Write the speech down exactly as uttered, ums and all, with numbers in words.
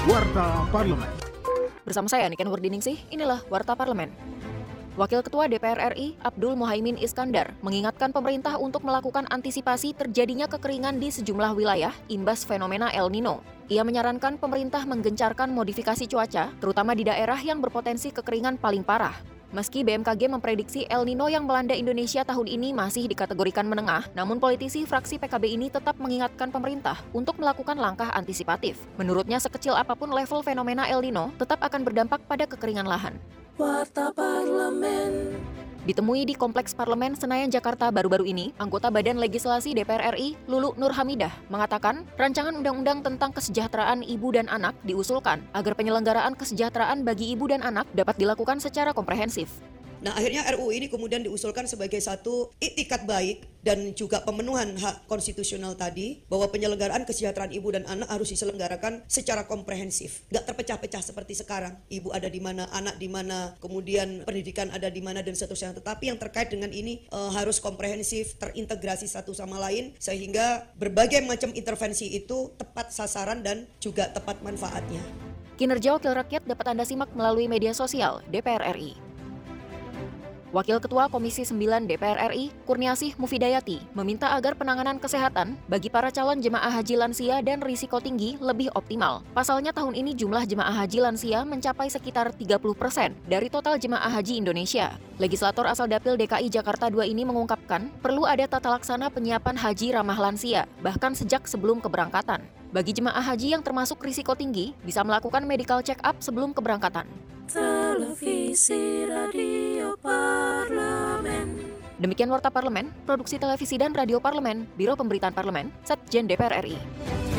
Warta Parlemen. Bersama saya Niken Hurdiningsih, inilah Warta Parlemen. Wakil Ketua D P R R I, Abdul Muhaimin Iskandar, mengingatkan pemerintah untuk melakukan antisipasi terjadinya kekeringan di sejumlah wilayah imbas fenomena El Nino. Ia menyarankan pemerintah menggencarkan modifikasi cuaca, terutama di daerah yang berpotensi kekeringan paling parah. Meski B M K G memprediksi El Nino yang melanda Indonesia tahun ini masih dikategorikan menengah, namun politisi fraksi P K B ini tetap mengingatkan pemerintah untuk melakukan langkah antisipatif. Menurutnya, sekecil apapun level fenomena El Nino, tetap akan berdampak pada kekeringan lahan. Warta Parlemen. Ditemui di Kompleks Parlemen Senayan, Jakarta baru-baru ini, anggota Badan Legislasi D P R R I, Lulu Nur Hamidah, mengatakan rancangan undang-undang tentang kesejahteraan ibu dan anak diusulkan agar penyelenggaraan kesejahteraan bagi ibu dan anak dapat dilakukan secara komprehensif. Nah, akhirnya R U U ini kemudian diusulkan sebagai satu iktikat baik dan juga pemenuhan hak konstitusional tadi, bahwa penyelenggaraan kesejahteraan ibu dan anak harus diselenggarakan secara komprehensif. Nggak terpecah-pecah seperti sekarang. Ibu ada di mana, anak di mana, kemudian pendidikan ada di mana, dan seterusnya. Tetapi yang terkait dengan ini e, harus komprehensif, terintegrasi satu sama lain, sehingga berbagai macam intervensi itu tepat sasaran dan juga tepat manfaatnya. Kinerja Wakil Rakyat dapat Anda simak melalui media sosial D P R R I. Wakil Ketua Komisi sembilan D P R R I, Kurniasih Mufidayati, meminta agar penanganan kesehatan bagi para calon jemaah haji lansia dan risiko tinggi lebih optimal. Pasalnya tahun ini jumlah jemaah haji lansia mencapai sekitar tiga puluh persen dari total jemaah haji Indonesia. Legislator asal Dapil D K I Jakarta dua ini mengungkapkan perlu ada tata laksana penyiapan haji ramah lansia, bahkan sejak sebelum keberangkatan. Bagi jemaah haji yang termasuk risiko tinggi, bisa melakukan medical check-up sebelum keberangkatan. Televisi Radio Parlemen. Demikian Warta Parlemen, Produksi Televisi dan Radio Parlemen, Biro Pemberitaan Parlemen, Setjen D P R R I.